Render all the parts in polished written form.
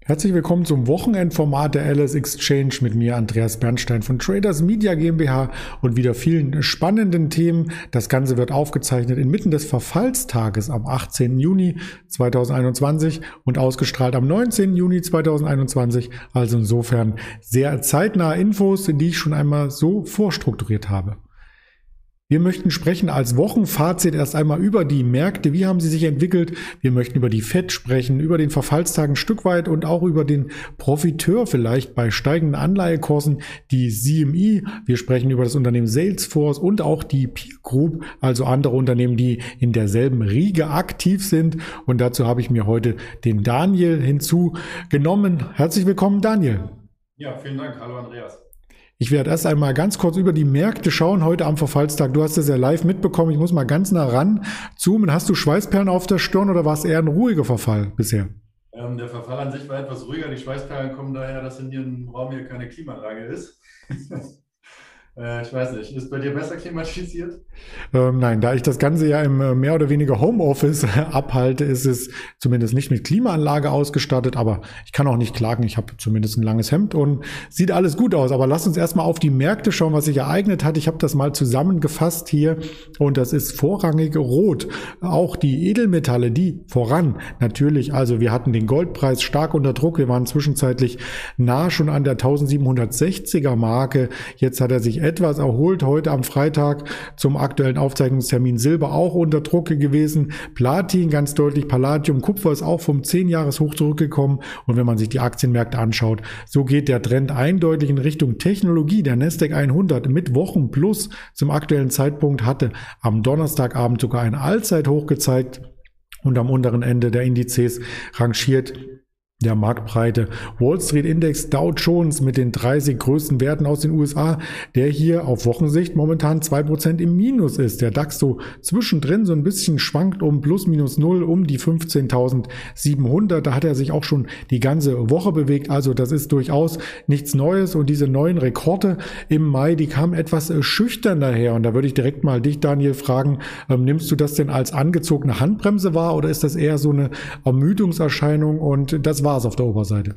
Herzlich willkommen zum Wochenendformat der LS Exchange mit mir, Andreas Bernstein von Traders Media GmbH und wieder vielen spannenden Themen. Das Ganze wird aufgezeichnet inmitten des Verfallstages am 18. Juni 2021 und ausgestrahlt am 19. Juni 2021. Also insofern sehr zeitnahe Infos, die ich schon einmal so vorstrukturiert habe. Wir möchten sprechen als Wochenfazit erst einmal über die Märkte. Wie haben sie sich entwickelt? Wir möchten über die FED sprechen, über den Verfallstag ein Stück weit und auch über den Profiteur vielleicht bei steigenden Anleihekursen, die CME. Wir sprechen über das Unternehmen Salesforce und auch die Peer Group, also andere Unternehmen, die in derselben Riege aktiv sind. Und dazu habe ich mir heute den Daniel hinzugenommen. Herzlich willkommen, Daniel. Ja, vielen Dank. Hallo, Andreas. Ich werde erst einmal ganz kurz über die Märkte schauen, heute am Verfallstag. Du hast es ja live mitbekommen, ich muss mal ganz nah ran zoomen. Hast du Schweißperlen auf der Stirn oder war es eher ein ruhiger Verfall bisher? Der Verfall an sich war etwas ruhiger. Die Schweißperlen kommen daher, dass in Ihrem Raum hier keine Klimaanlage ist. Ich weiß nicht, ist bei dir besser klimatisiert? Nein, da ich das Ganze ja im mehr oder weniger Homeoffice abhalte, ist es zumindest nicht mit Klimaanlage ausgestattet, aber ich kann auch nicht klagen, ich habe zumindest ein langes Hemd und sieht alles gut aus. Aber lass uns erstmal auf die Märkte schauen, was sich ereignet hat. Ich habe das mal zusammengefasst hier und das ist vorrangig rot. Auch die Edelmetalle, die voran natürlich, also wir hatten den Goldpreis stark unter Druck, wir waren zwischenzeitlich nah schon an der 1760er Marke, jetzt hat er sich etwas erholt, heute am Freitag zum aktuellen Aufzeichnungstermin. Silber auch unter Druck gewesen, Platin ganz deutlich, Palladium, Kupfer ist auch vom 10-Jahres-Hoch zurückgekommen und wenn man sich die Aktienmärkte anschaut, so geht der Trend eindeutig in Richtung Technologie. Der Nasdaq 100 mit Wochenplus zum aktuellen Zeitpunkt hatte am Donnerstagabend sogar ein Allzeithoch gezeigt und am unteren Ende der Indizes rangiert der marktbreite Wall Street Index Dow Jones mit den 30 größten Werten aus den USA, der hier auf Wochensicht momentan 2% im Minus ist. Der DAX so zwischendrin so ein bisschen schwankt um plus minus null um die 15.700. Da hat er sich auch schon die ganze Woche bewegt. Also das ist durchaus nichts Neues und diese neuen Rekorde im Mai, die kamen etwas schüchtern daher. Und da würde ich direkt mal dich, Daniel, fragen, nimmst du das denn als angezogene Handbremse wahr oder ist das eher so eine Ermüdungserscheinung und das war es auf der Oberseite?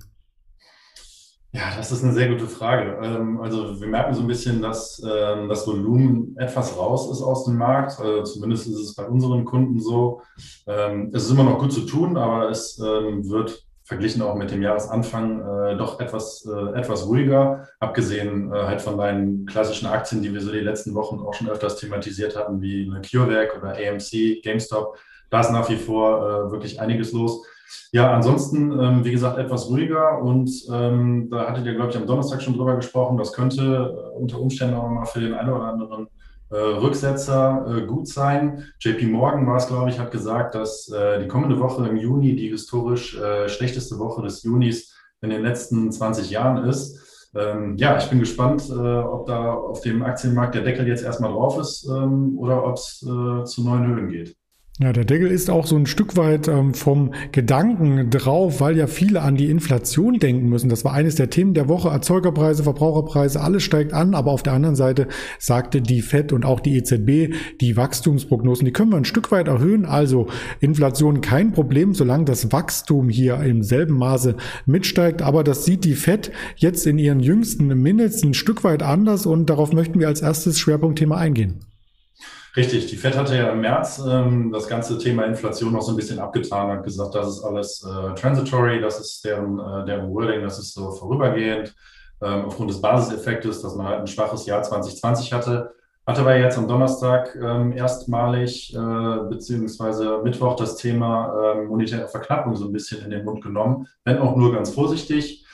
Ja, das ist eine sehr gute Frage. Also wir merken so ein bisschen, dass das Volumen etwas raus ist aus dem Markt. Zumindest ist es bei unseren Kunden so. Es ist immer noch gut zu tun, aber es wird verglichen auch mit dem Jahresanfang doch etwas ruhiger. Abgesehen halt von deinen klassischen Aktien, die wir so die letzten Wochen auch schon öfters thematisiert hatten, wie eine CureVac oder AMC, GameStop. Da ist nach wie vor wirklich einiges los. Ja, ansonsten, wie gesagt, etwas ruhiger und da hattet ihr, glaube ich, am Donnerstag schon drüber gesprochen. Das könnte unter Umständen auch mal für den einen oder anderen Rücksetzer gut sein. JP Morgan war es, glaube ich, hat gesagt, dass die kommende Woche im Juni die historisch schlechteste Woche des Junis in den letzten 20 Jahren ist. Ja, ich bin gespannt, ob da auf dem Aktienmarkt der Deckel jetzt erstmal drauf ist oder ob es zu neuen Höhen geht. Ja, der Deckel ist auch so ein Stück weit vom Gedanken drauf, weil ja viele an die Inflation denken müssen. Das war eines der Themen der Woche. Erzeugerpreise, Verbraucherpreise, alles steigt an. Aber auf der anderen Seite sagte die FED und auch die EZB, die Wachstumsprognosen, die können wir ein Stück weit erhöhen. Also Inflation kein Problem, solange das Wachstum hier im selben Maße mitsteigt. Aber das sieht die FED jetzt in ihren jüngsten Minutes ein Stück weit anders. Und darauf möchten wir als erstes Schwerpunktthema eingehen. Richtig, die FED hatte ja im März das ganze Thema Inflation noch so ein bisschen abgetan, hat gesagt, das ist alles transitory, das ist deren Wording, das ist so vorübergehend, aufgrund des Basiseffektes, dass man halt ein schwaches Jahr 2020 hatte. Hatte aber jetzt am Donnerstag erstmalig, beziehungsweise Mittwoch, das Thema monetäre Verknappung so ein bisschen in den Mund genommen, wenn auch nur ganz vorsichtig.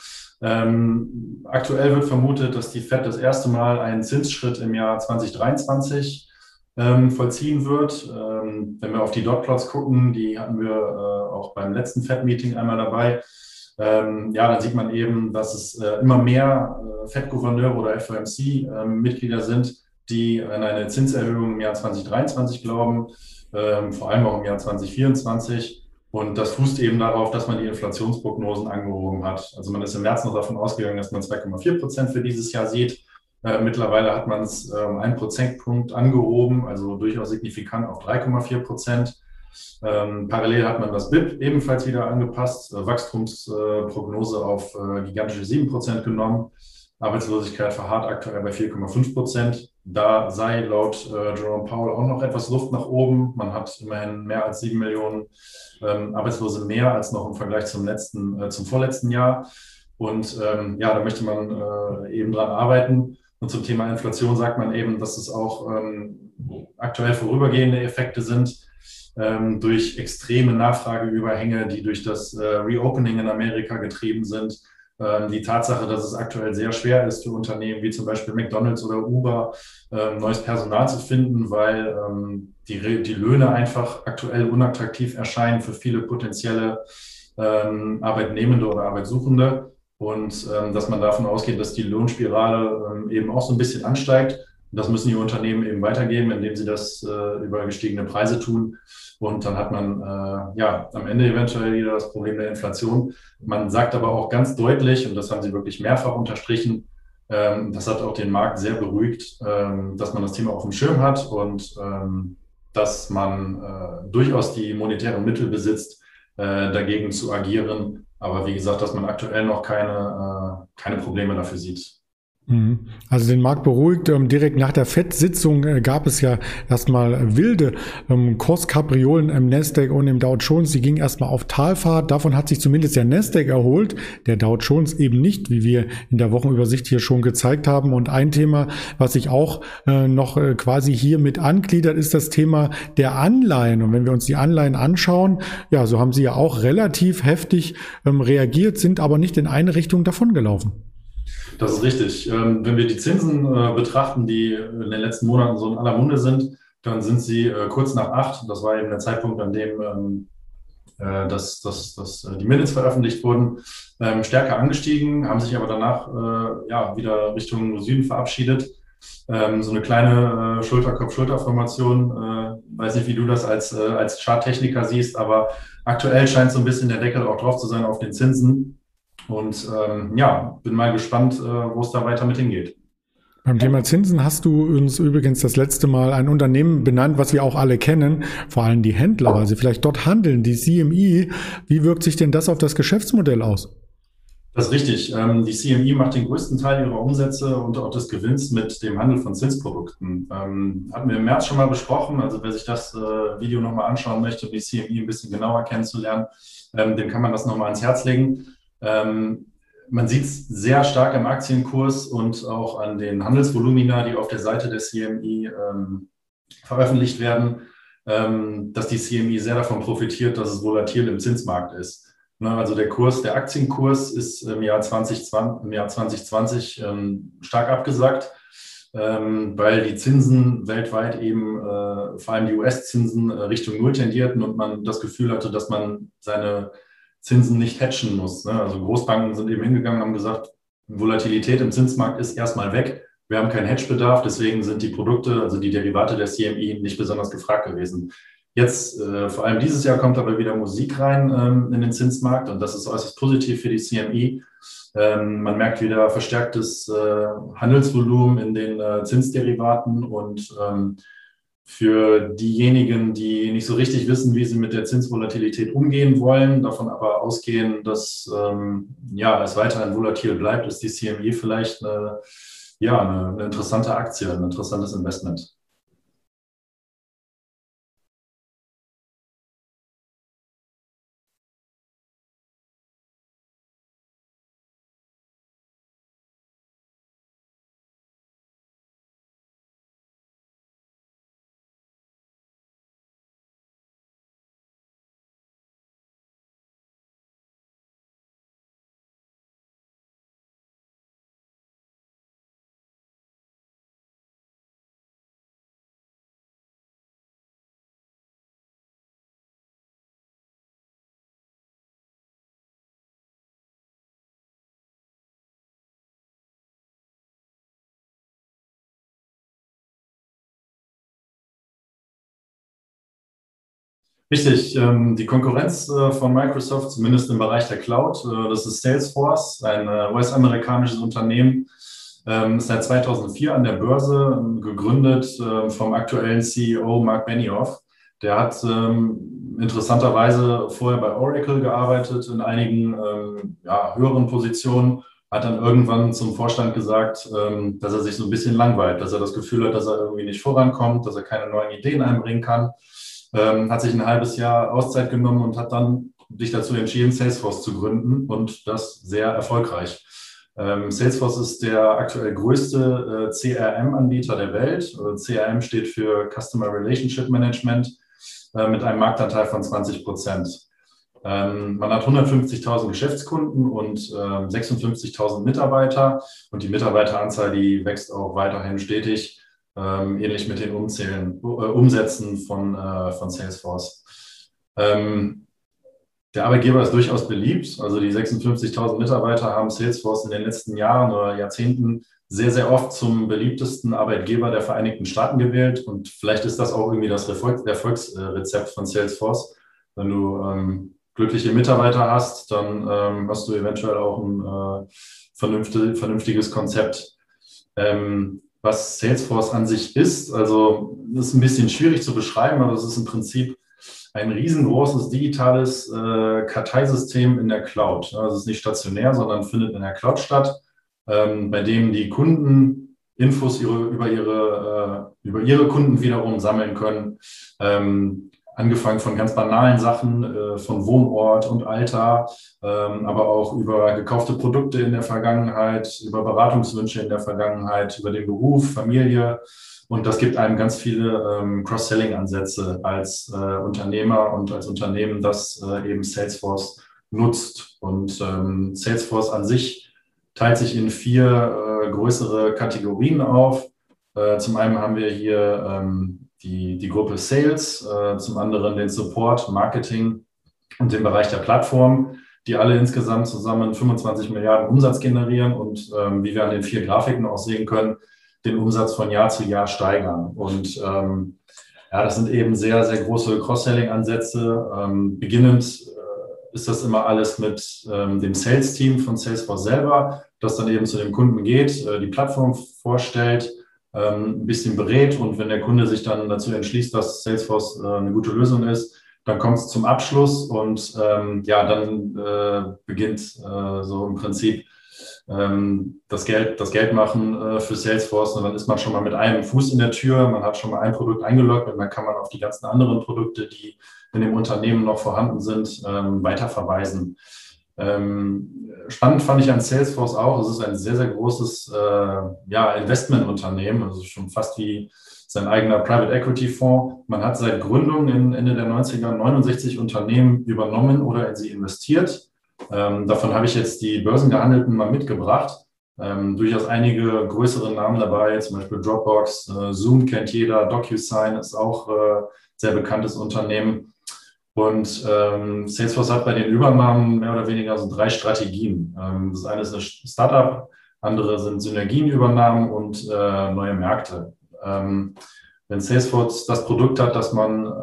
Aktuell wird vermutet, dass die FED das erste Mal einen Zinsschritt im Jahr 2023 vollziehen wird. Wenn wir auf die Dotplots gucken, die hatten wir auch beim letzten FED-Meeting einmal dabei, ja, dann sieht man eben, dass es immer mehr FED-Gouverneure oder FOMC-Mitglieder sind, die an eine Zinserhöhung im Jahr 2023 glauben, vor allem auch im Jahr 2024. Und das fußt eben darauf, dass man die Inflationsprognosen angehoben hat. Also man ist im März noch davon ausgegangen, dass man 2,4% für dieses Jahr sieht. Mittlerweile hat man es 1 Prozentpunkt angehoben, also durchaus signifikant auf 3,4%. Parallel hat man das BIP ebenfalls wieder angepasst, Wachstumsprognose auf gigantische 7% genommen. Arbeitslosigkeit verharrt aktuell bei 4,5%. Da sei laut Jerome Powell auch noch etwas Luft nach oben. Man hat immerhin mehr als 7 Millionen Arbeitslose mehr als noch im Vergleich zum vorletzten Jahr. Und ja, da möchte man eben dran arbeiten. Und zum Thema Inflation sagt man eben, dass es auch aktuell vorübergehende Effekte sind durch extreme Nachfrageüberhänge, die durch das Reopening in Amerika getrieben sind. Die Tatsache, dass es aktuell sehr schwer ist für Unternehmen wie zum Beispiel McDonald's oder Uber, neues Personal zu finden, weil die Löhne einfach aktuell unattraktiv erscheinen für viele potenzielle Arbeitnehmende oder Arbeitssuchende. Und dass man davon ausgeht, dass die Lohnspirale eben auch so ein bisschen ansteigt. Und das müssen die Unternehmen eben weitergeben, indem sie das über gestiegene Preise tun. Und dann hat man ja am Ende eventuell wieder das Problem der Inflation. Man sagt aber auch ganz deutlich, und das haben sie wirklich mehrfach unterstrichen, das hat auch den Markt sehr beruhigt, dass man das Thema auf dem Schirm hat und dass man durchaus die monetären Mittel besitzt, dagegen zu agieren. Aber wie gesagt, dass man aktuell noch keine Probleme dafür sieht. Also den Markt beruhigt. Direkt nach der FED-Sitzung gab es ja erstmal wilde Kurskapriolen im Nasdaq und im Dow Jones. Die gingen erstmal auf Talfahrt. Davon hat sich zumindest der Nasdaq erholt, der Dow Jones eben nicht, wie wir in der Wochenübersicht hier schon gezeigt haben. Und ein Thema, was sich auch noch quasi hier mit angliedert, ist das Thema der Anleihen. Und wenn wir uns die Anleihen anschauen, ja, so haben sie ja auch relativ heftig reagiert, sind aber nicht in eine Richtung davongelaufen. Das ist richtig. Wenn wir die Zinsen betrachten, die in den letzten Monaten so in aller Munde sind, dann sind sie kurz nach 8. Das war eben der Zeitpunkt, an dem die Minutes veröffentlicht wurden, stärker angestiegen, haben sich aber danach ja, wieder Richtung Süden verabschiedet. So eine kleine Schulter-Kopf-Schulter-Formation. Weiß nicht, wie du das als Charttechniker siehst, aber aktuell scheint so ein bisschen der Deckel auch drauf zu sein auf den Zinsen. Und ja, bin mal gespannt, wo es da weiter mit hingeht. Beim Thema Zinsen hast du uns übrigens das letzte Mal ein Unternehmen benannt, was wir auch alle kennen, vor allem die Händler, weil sie vielleicht dort handeln, die CME. Wie wirkt sich denn das auf das Geschäftsmodell aus? Das ist richtig. Die CME macht den größten Teil ihrer Umsätze und auch des Gewinns mit dem Handel von Zinsprodukten. Hatten wir im März schon mal besprochen. Also wer sich das Video nochmal anschauen möchte, um die CME ein bisschen genauer kennenzulernen, dem kann man das nochmal ans Herz legen. Man sieht es sehr stark im Aktienkurs und auch an den Handelsvolumina, die auf der Seite der CME veröffentlicht werden, dass die CME sehr davon profitiert, dass es volatil im Zinsmarkt ist. Also der Aktienkurs ist im Jahr 2020 stark abgesackt, weil die Zinsen weltweit eben, vor allem die US-Zinsen, Richtung Null tendierten und man das Gefühl hatte, dass man seine Zinsen nicht hedgen muss. Also Großbanken sind eben hingegangen und haben gesagt, Volatilität im Zinsmarkt ist erstmal weg. Wir haben keinen Hedgebedarf, deswegen sind die Produkte, also die Derivate der CME, nicht besonders gefragt gewesen. Jetzt, vor allem dieses Jahr, kommt aber wieder Musik rein in den Zinsmarkt und das ist äußerst positiv für die CME. Man merkt wieder verstärktes Handelsvolumen in den Zinsderivaten und für diejenigen, die nicht so richtig wissen, wie sie mit der Zinsvolatilität umgehen wollen, davon aber ausgehen, dass ja, es weiterhin volatil bleibt, ist die CME vielleicht eine interessante Aktie, ein interessantes Investment. Richtig, die Konkurrenz von Microsoft, zumindest im Bereich der Cloud, das ist Salesforce, ein US-amerikanisches Unternehmen, ist seit 2004 an der Börse, gegründet vom aktuellen CEO Mark Benioff. Der hat interessanterweise vorher bei Oracle gearbeitet, in einigen höheren Positionen, hat dann irgendwann zum Vorstand gesagt, dass er sich so ein bisschen langweilt, dass er das Gefühl hat, dass er irgendwie nicht vorankommt, dass er keine neuen Ideen einbringen kann. Hat sich ein halbes Jahr Auszeit genommen und hat dann sich dazu entschieden, Salesforce zu gründen, und das sehr erfolgreich. Salesforce ist der aktuell größte CRM-Anbieter der Welt. CRM steht für Customer Relationship Management, mit einem Marktanteil von 20%. Man hat 150.000 Geschäftskunden und 56.000 Mitarbeiter, und die Mitarbeiteranzahl, die wächst auch weiterhin stetig, ähnlich mit den Umsätzen von Salesforce. Der Arbeitgeber ist durchaus beliebt. Also die 56.000 Mitarbeiter haben Salesforce in den letzten Jahren oder Jahrzehnten sehr, sehr oft zum beliebtesten Arbeitgeber der Vereinigten Staaten gewählt. Und vielleicht ist das auch irgendwie das Erfolgsrezept von Salesforce. Wenn du glückliche Mitarbeiter hast, dann hast du eventuell auch ein vernünftiges Konzept. Was Salesforce an sich ist, also das ist ein bisschen schwierig zu beschreiben, aber es ist im Prinzip ein riesengroßes digitales Karteisystem in der Cloud. Also es ist nicht stationär, sondern findet in der Cloud statt, bei dem die Kunden Infos über ihre Kunden wiederum sammeln können. Angefangen von ganz banalen Sachen, von Wohnort und Alter, aber auch über gekaufte Produkte in der Vergangenheit, über Beratungswünsche in der Vergangenheit, über den Beruf, Familie. Und das gibt einem ganz viele Cross-Selling-Ansätze als Unternehmer und als Unternehmen, das eben Salesforce nutzt. Und Salesforce an sich teilt sich in 4 größere Kategorien auf. Zum einen haben wir hier die Gruppe Sales, zum anderen den Support, Marketing und den Bereich der Plattform, die alle insgesamt zusammen 25 Milliarden Umsatz generieren und wie wir an den 4 Grafiken auch sehen können, den Umsatz von Jahr zu Jahr steigern. Und das sind eben sehr, sehr große Cross-Selling-Ansätze. Beginnend ist das immer alles mit dem Sales-Team von Salesforce selber, das dann eben zu dem Kunden geht, die Plattform vorstellt, ein bisschen berät, und wenn der Kunde sich dann dazu entschließt, dass Salesforce eine gute Lösung ist, dann kommt es zum Abschluss, und dann beginnt so im Prinzip das Geld machen für Salesforce, und dann ist man schon mal mit einem Fuß in der Tür, man hat schon mal ein Produkt eingeloggt, und dann kann man auf die ganzen anderen Produkte, die in dem Unternehmen noch vorhanden sind, weiterverweisen. Spannend fand ich an Salesforce auch, es ist ein sehr, sehr großes Investmentunternehmen, also schon fast wie sein eigener Private Equity Fonds. Man hat seit Gründung Ende der 90er 69 Unternehmen übernommen oder in sie investiert. Davon habe ich jetzt die börsengehandelten mal mitgebracht. Durchaus einige größere Namen dabei, zum Beispiel Dropbox, Zoom kennt jeder, DocuSign ist auch sehr bekanntes Unternehmen. Und Salesforce hat bei den Übernahmen mehr oder weniger so 3 Strategien. Das eine ist eine Startup, andere sind Synergienübernahmen und neue Märkte. Wenn Salesforce das Produkt hat, dass man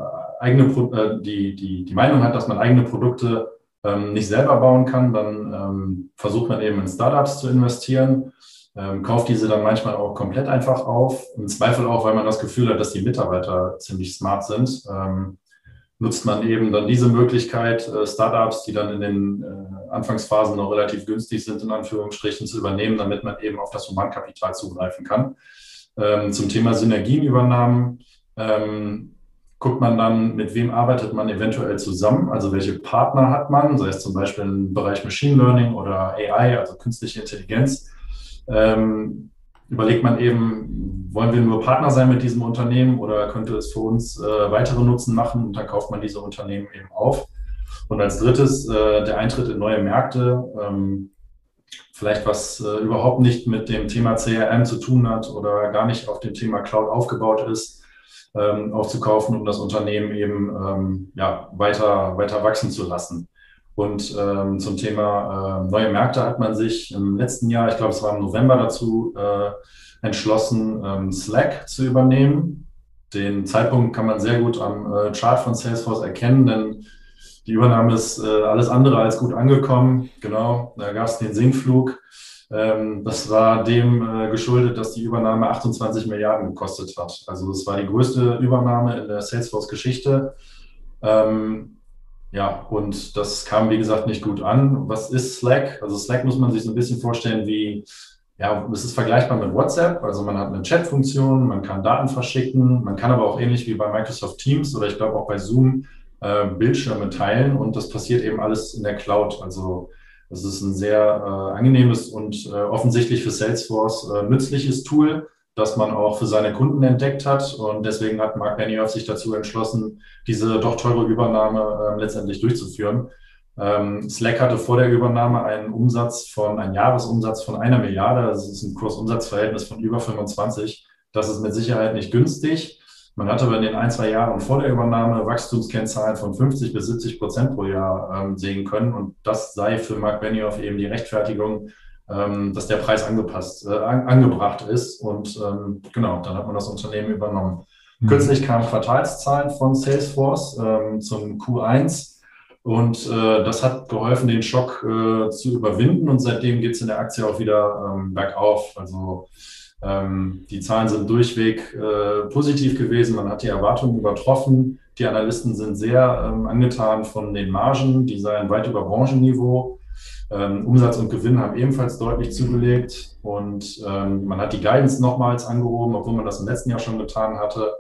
die Meinung hat, dass man eigene Produkte nicht selber bauen kann, dann versucht man eben in Startups zu investieren, kauft diese dann manchmal auch komplett einfach auf, im Zweifel auch, weil man das Gefühl hat, dass die Mitarbeiter ziemlich smart sind. Nutzt man eben dann diese Möglichkeit, Startups, die dann in den Anfangsphasen noch relativ günstig sind, in Anführungsstrichen, zu übernehmen, damit man eben auf das Humankapital zugreifen kann. Zum Thema Synergienübernahmen guckt man dann, mit wem arbeitet man eventuell zusammen, also welche Partner hat man, sei es zum Beispiel im Bereich Machine Learning oder AI, also künstliche Intelligenz. Überlegt man eben, wollen wir nur Partner sein mit diesem Unternehmen oder könnte es für uns weitere Nutzen machen, und dann kauft man diese Unternehmen eben auf. Und als drittes der Eintritt in neue Märkte, vielleicht was überhaupt nicht mit dem Thema CRM zu tun hat oder gar nicht auf dem Thema Cloud aufgebaut ist, aufzukaufen, um das Unternehmen eben weiter wachsen zu lassen. Und zum Thema neue Märkte hat man sich im letzten Jahr, ich glaube, es war im November, dazu entschlossen, Slack zu übernehmen. Den Zeitpunkt kann man sehr gut am Chart von Salesforce erkennen, denn die Übernahme ist alles andere als gut angekommen. Genau, da gab es den Sinkflug. Das war dem geschuldet, dass die Übernahme 28 Milliarden gekostet hat. Also es war die größte Übernahme in der Salesforce-Geschichte. Ja, und das kam, wie gesagt, nicht gut an. Was ist Slack? Also Slack muss man sich so ein bisschen vorstellen wie, ja, es ist vergleichbar mit WhatsApp. Also man hat eine Chat-Funktion, man kann Daten verschicken, man kann aber auch ähnlich wie bei Microsoft Teams oder ich glaube auch bei Zoom Bildschirme teilen und das passiert eben alles in der Cloud. Also das ist ein sehr angenehmes und offensichtlich für Salesforce nützliches Tool, das man auch für seine Kunden entdeckt hat. Und deswegen hat Mark Benioff sich dazu entschlossen, diese doch teure Übernahme letztendlich durchzuführen. Slack hatte vor der Übernahme einen Jahresumsatz von 1 Milliarde. Das ist ein Kursumsatzverhältnis von über 25. Das ist mit Sicherheit nicht günstig. Man hatte aber in den 1-2 Jahren vor der Übernahme Wachstumskennzahlen von 50-70% pro Jahr sehen können. Und das sei für Mark Benioff eben die Rechtfertigung, dass der Preis angebracht ist. Und genau, dann hat man das Unternehmen übernommen. Kürzlich kamen Quartalszahlen von Salesforce zum Q1. Und das hat geholfen, den Schock zu überwinden. Und seitdem geht es in der Aktie auch wieder bergauf. Also die Zahlen sind durchweg positiv gewesen. Man hat die Erwartungen übertroffen. Die Analysten sind sehr angetan von den Margen. Die seien weit über Branchenniveau. Umsatz und Gewinn haben ebenfalls deutlich zugelegt. Und man hat die Guidance nochmals angehoben, obwohl man das im letzten Jahr schon getan hatte.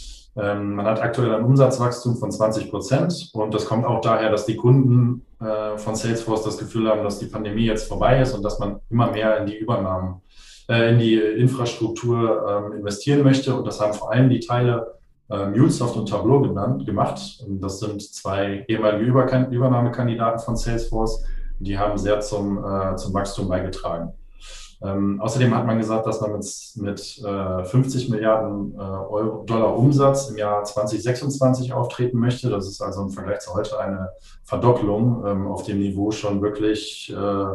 Man hat aktuell ein Umsatzwachstum von 20%. Und das kommt auch daher, dass die Kunden von Salesforce das Gefühl haben, dass die Pandemie jetzt vorbei ist und dass man immer mehr in die Übernahmen in die Infrastruktur investieren möchte. Und das haben vor allem die Teile MuleSoft und Tableau gemacht. Und das sind 2 ehemalige Übernahmekandidaten von Salesforce. Die haben sehr zum Wachstum beigetragen. Außerdem hat man gesagt, dass man mit 50 Milliarden Dollar Umsatz im Jahr 2026 auftreten möchte. Das ist also im Vergleich zu heute eine Verdopplung auf dem Niveau schon wirklich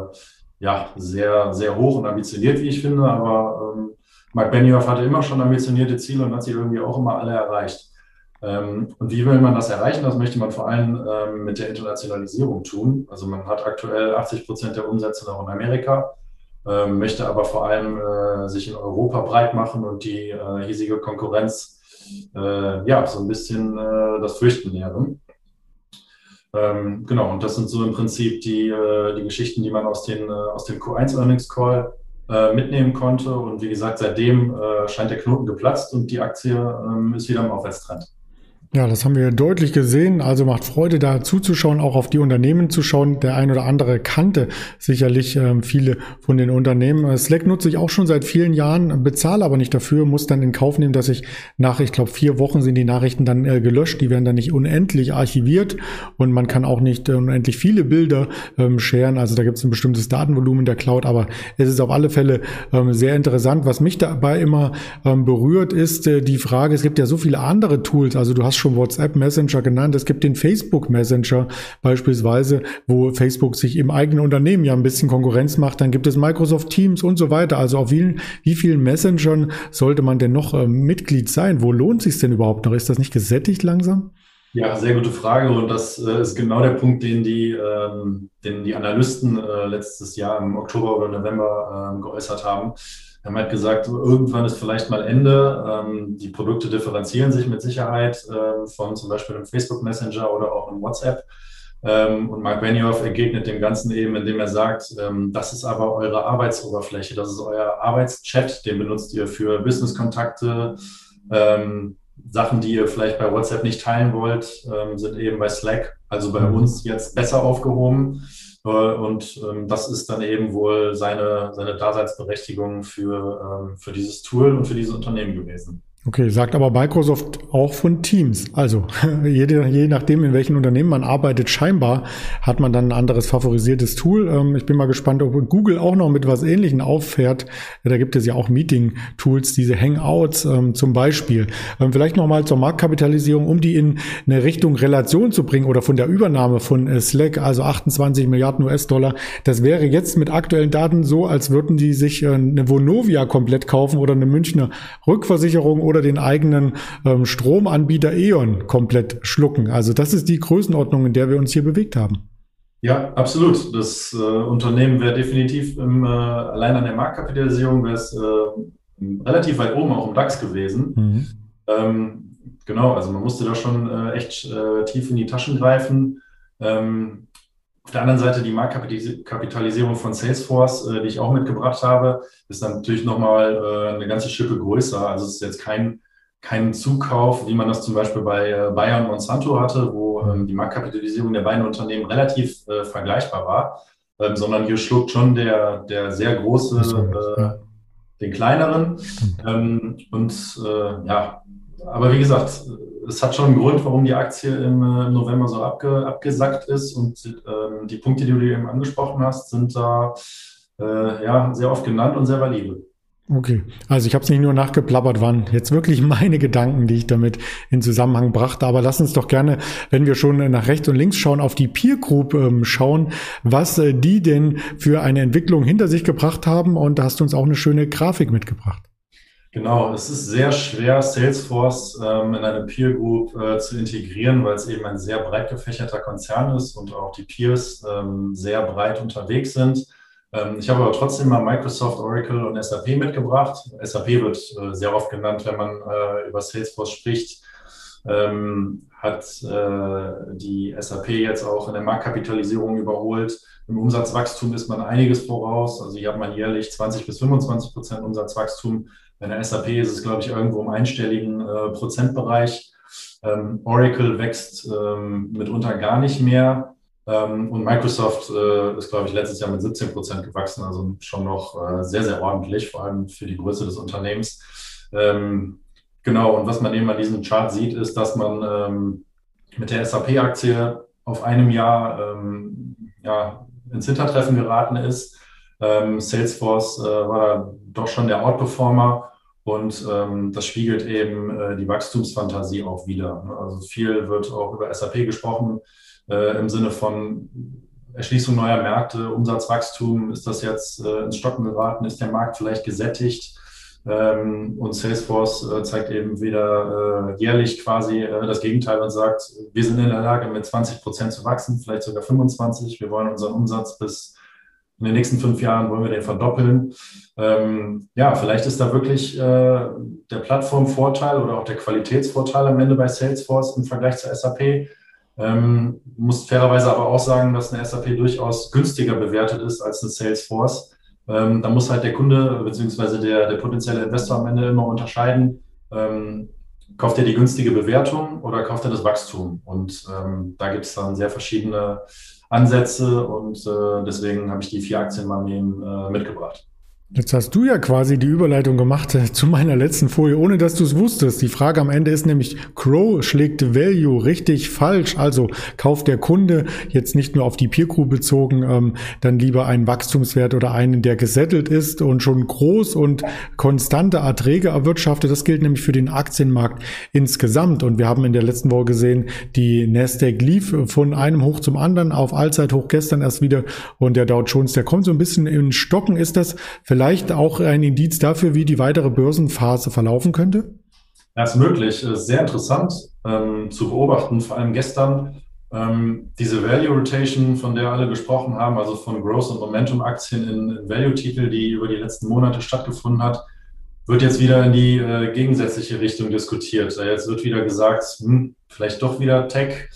ja, sehr, sehr hoch und ambitioniert, wie ich finde, aber Mark Benioff hatte immer schon ambitionierte Ziele und hat sie irgendwie auch immer alle erreicht. Und wie will man das erreichen? Das möchte man vor allem mit der Internationalisierung tun. Also man hat aktuell 80% der Umsätze noch in Amerika, möchte aber vor allem sich in Europa breit machen und die hiesige Konkurrenz ja, so ein bisschen das Fürchten lehren. Genau, und das sind so im Prinzip die Geschichten, die man aus dem Q1 Earnings Call mitnehmen konnte. Und wie gesagt, seitdem scheint der Knoten geplatzt und die Aktie ist wieder im Aufwärtstrend. Ja, das haben wir deutlich gesehen. Also macht Freude, da zuzuschauen, auch auf die Unternehmen zu schauen. Der ein oder andere kannte sicherlich viele von den Unternehmen. Slack nutze ich auch schon seit vielen Jahren, bezahle aber nicht dafür, muss dann in Kauf nehmen, dass ich nach, ich glaube, 4 Wochen sind die Nachrichten dann gelöscht. Die werden dann nicht unendlich archiviert und man kann auch nicht unendlich viele Bilder sharen. Also da gibt es ein bestimmtes Datenvolumen in der Cloud, aber es ist auf alle Fälle sehr interessant. Was mich dabei immer berührt, ist die Frage, es gibt ja so viele andere Tools. Also du hast schon WhatsApp Messenger genannt. Es gibt den Facebook Messenger beispielsweise, wo Facebook sich im eigenen Unternehmen ja ein bisschen Konkurrenz macht. Dann gibt es Microsoft Teams und so weiter. Also auf wie vielen Messengern sollte man denn noch Mitglied sein? Wo lohnt sich denn überhaupt noch? Ist das nicht gesättigt langsam? Ja, sehr gute Frage und das ist genau der Punkt, den die Analysten letztes Jahr im Oktober oder November geäußert haben. Wir haben halt gesagt, irgendwann ist vielleicht mal Ende. Die Produkte differenzieren sich mit Sicherheit von zum Beispiel einem Facebook Messenger oder auch einem WhatsApp. Und Mark Benioff entgegnet dem Ganzen eben, indem er sagt, das ist aber eure Arbeitsoberfläche, das ist euer Arbeitschat, den benutzt ihr für Business-Kontakte. Sachen, die ihr vielleicht bei WhatsApp nicht teilen wollt, sind eben bei Slack, also bei uns jetzt besser aufgehoben. Und das ist dann eben wohl seine Daseinsberechtigung für dieses Tool und für dieses Unternehmen gewesen. Okay, sagt aber Microsoft auch von Teams. Also je nachdem, in welchen Unternehmen man arbeitet, scheinbar hat man dann ein anderes favorisiertes Tool. Ich bin mal gespannt, ob Google auch noch mit was Ähnlichem auffährt. Da gibt es ja auch Meeting-Tools, diese Hangouts zum Beispiel. Vielleicht nochmal zur Marktkapitalisierung, um die in eine Richtung Relation zu bringen oder von der Übernahme von Slack, also 28 Milliarden US-Dollar. Das wäre jetzt mit aktuellen Daten so, als würden die sich eine Vonovia komplett kaufen oder eine Münchner Rückversicherung oder den eigenen Stromanbieter E.ON komplett schlucken. Also das ist die Größenordnung, in der wir uns hier bewegt haben. Ja, absolut. Das Unternehmen wäre definitiv allein an der Marktkapitalisierung wäre es relativ weit oben auch im DAX gewesen. Mhm. Genau, also man musste da schon echt tief in die Taschen greifen. Auf der anderen Seite die Marktkapitalisierung von Salesforce, die ich auch mitgebracht habe, ist dann natürlich nochmal eine ganze Schippe größer. Also es ist jetzt kein Zukauf, wie man das zum Beispiel bei Bayer und Monsanto hatte, wo die Marktkapitalisierung der beiden Unternehmen relativ vergleichbar war, sondern hier schluckt schon der sehr große den kleineren. Stimmt. Ja, aber wie gesagt, es hat schon einen Grund, warum die Aktie im November so abgesackt ist. Und die Punkte, die du eben angesprochen hast, sind da ja sehr oft genannt und sehr valide. Okay, also ich habe es nicht nur nachgeplappert, waren jetzt wirklich meine Gedanken, die ich damit in Zusammenhang brachte. Aber lass uns doch gerne, wenn wir schon nach rechts und links schauen, auf die Peer Group schauen, was die denn für eine Entwicklung hinter sich gebracht haben. Und da hast du uns auch eine schöne Grafik mitgebracht. Genau, es ist sehr schwer, Salesforce in eine Peer Group zu integrieren, weil es eben ein sehr breit gefächerter Konzern ist und auch die Peers sehr breit unterwegs sind. Ich habe aber trotzdem mal Microsoft, Oracle und SAP mitgebracht. SAP wird sehr oft genannt, wenn man über Salesforce spricht. Hat die SAP jetzt auch in der Marktkapitalisierung überholt. Im Umsatzwachstum ist man einiges voraus. Also hier hat man jährlich 20-25% Umsatzwachstum. Bei der SAP ist es, glaube ich, irgendwo im einstelligen Prozentbereich. Oracle wächst mitunter gar nicht mehr. Und Microsoft ist, glaube ich, letztes Jahr mit 17% gewachsen, also schon noch sehr, sehr ordentlich, vor allem für die Größe des Unternehmens. Genau, und was man eben an diesem Chart sieht, ist, dass man mit der SAP-Aktie auf einem Jahr ins Hintertreffen geraten ist. Salesforce war doch schon der Outperformer und das spiegelt eben die Wachstumsfantasie auch wider. Also viel wird auch über SAP gesprochen, im Sinne von Erschließung neuer Märkte, Umsatzwachstum, ist das jetzt ins Stocken geraten, ist der Markt vielleicht gesättigt? Und Salesforce zeigt eben wieder jährlich quasi das Gegenteil und sagt, wir sind in der Lage, mit 20% zu wachsen, vielleicht sogar 25%. Wir wollen unseren Umsatz bis in den nächsten 5 Jahren wollen wir den verdoppeln. Vielleicht ist da wirklich der Plattformvorteil oder auch der Qualitätsvorteil am Ende bei Salesforce im Vergleich zur SAP. Muss fairerweise aber auch sagen, dass eine SAP durchaus günstiger bewertet ist als eine Salesforce. Da muss halt der Kunde bzw. der potenzielle Investor am Ende immer unterscheiden, kauft er die günstige Bewertung oder kauft er das Wachstum? Und da gibt es dann sehr verschiedene Ansätze und deswegen habe ich die 4 Aktien mal mitgebracht. Jetzt hast du ja quasi die Überleitung gemacht zu meiner letzten Folie, ohne dass du es wusstest. Die Frage am Ende ist nämlich, Crow schlägt Value richtig falsch. Also kauft der Kunde jetzt nicht nur auf die Peer Group bezogen, dann lieber einen Wachstumswert oder einen, der gesettelt ist und schon groß und konstante Erträge erwirtschaftet. Das gilt nämlich für den Aktienmarkt insgesamt. Und wir haben in der letzten Woche gesehen, die Nasdaq lief von einem Hoch zum anderen auf Allzeithoch gestern erst wieder. Und der Dow Jones, der kommt so ein bisschen in Stocken. Ist das vielleicht auch ein Indiz dafür, wie die weitere Börsenphase verlaufen könnte? Ja, ist möglich. Ist sehr interessant zu beobachten, vor allem gestern. Diese Value Rotation, von der alle gesprochen haben, also von Growth- und Momentum-Aktien in Value-Titel, die über die letzten Monate stattgefunden hat, wird jetzt wieder in die gegensätzliche Richtung diskutiert. Jetzt wird wieder gesagt, vielleicht doch wieder Tech.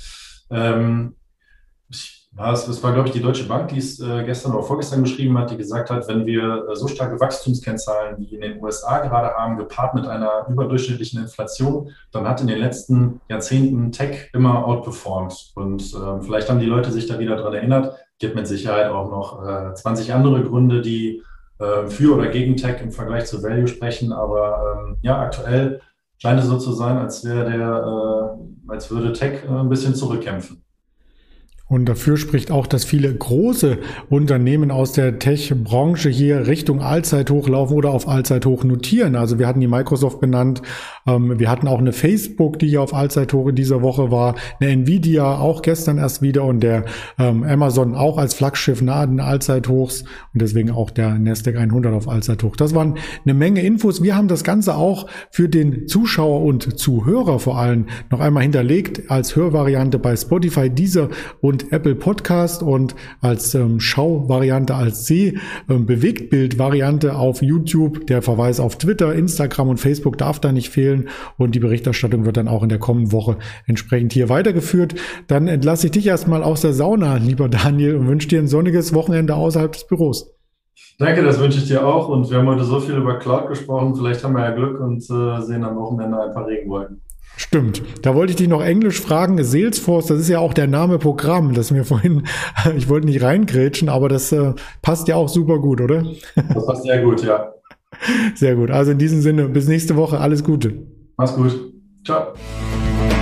Es war, glaube ich, die Deutsche Bank, die es gestern oder vorgestern geschrieben hat, die gesagt hat, wenn wir so starke Wachstumskennzahlen wie in den USA gerade haben, gepaart mit einer überdurchschnittlichen Inflation, dann hat in den letzten Jahrzehnten Tech immer outperformed. Und vielleicht haben die Leute sich da wieder dran erinnert. Gibt mit Sicherheit auch noch 20 andere Gründe, die für oder gegen Tech im Vergleich zu Value sprechen. Aber aktuell scheint es so zu sein, als würde Tech ein bisschen zurückkämpfen. Und dafür spricht auch, dass viele große Unternehmen aus der Tech-Branche hier Richtung Allzeithoch laufen oder auf Allzeithoch notieren. Also wir hatten die Microsoft benannt, wir hatten auch eine Facebook, die hier auf Allzeithoch in dieser Woche war, eine Nvidia auch gestern erst wieder und der Amazon auch als Flaggschiff nahe den Allzeithochs und deswegen auch der Nasdaq 100 auf Allzeithoch. Das waren eine Menge Infos. Wir haben das Ganze auch für den Zuschauer und Zuhörer vor allem noch einmal hinterlegt als Hörvariante bei Spotify, Deezer und und Apple Podcast und als Schau-Variante, als Bewegtbild-Variante auf YouTube. Der Verweis auf Twitter, Instagram und Facebook darf da nicht fehlen und die Berichterstattung wird dann auch in der kommenden Woche entsprechend hier weitergeführt. Dann entlasse ich dich erstmal aus der Sauna, lieber Daniel, und wünsche dir ein sonniges Wochenende außerhalb des Büros. Danke, das wünsche ich dir auch. Und wir haben heute so viel über Cloud gesprochen. Vielleicht haben wir ja Glück und sehen am Wochenende ein paar Regenwolken. Stimmt. Da wollte ich dich noch Englisch fragen. Salesforce, das ist ja auch der Name Programm, das mir vorhin, ich wollte nicht reingrätschen, aber das passt ja auch super gut, oder? Das passt sehr gut, ja. Sehr gut. Also in diesem Sinne, bis nächste Woche. Alles Gute. Mach's gut. Ciao.